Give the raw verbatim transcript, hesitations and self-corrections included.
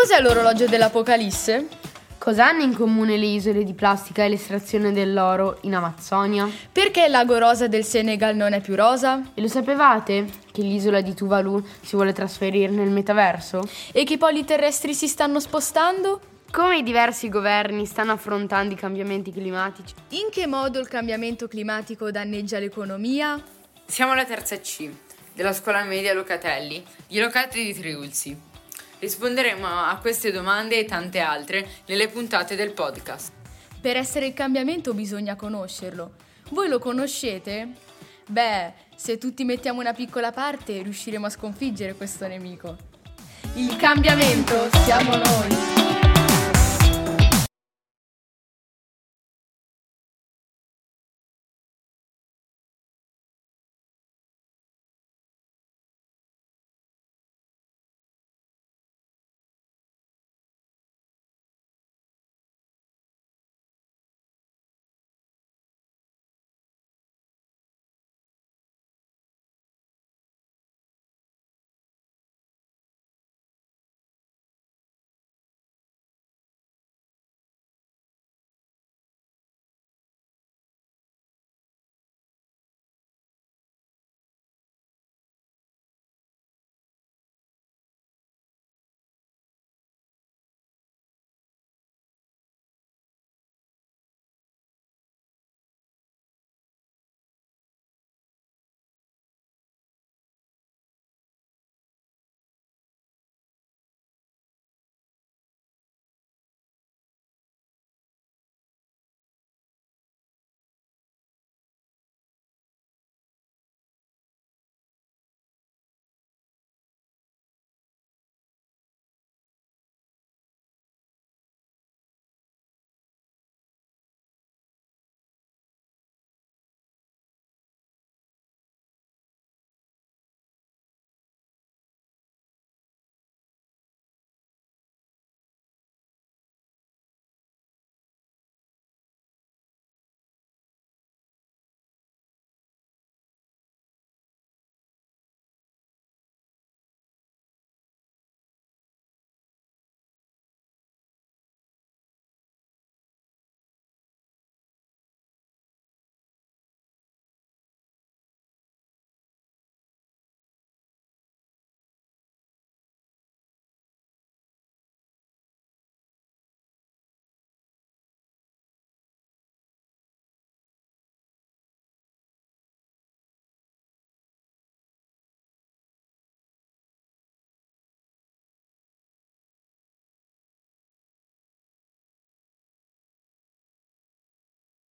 Cos'è l'orologio dell'Apocalisse? Cosa hanno in comune le isole di plastica e l'estrazione dell'oro in Amazzonia? Perché il lago rosa del Senegal non è più rosa? E lo sapevate che l'isola di Tuvalu si vuole trasferire nel metaverso? E che i poli terrestri si stanno spostando? Come i diversi governi stanno affrontando i cambiamenti climatici? In che modo il cambiamento climatico danneggia l'economia? Siamo alla terza C, della scuola media Locatelli, di Locate di Triulzi. Risponderemo a queste domande e tante altre nelle puntate del podcast. Per essere il cambiamento bisogna conoscerlo. Voi lo conoscete? Beh, se tutti mettiamo una piccola parte riusciremo a sconfiggere questo nemico. Il cambiamento siamo noi!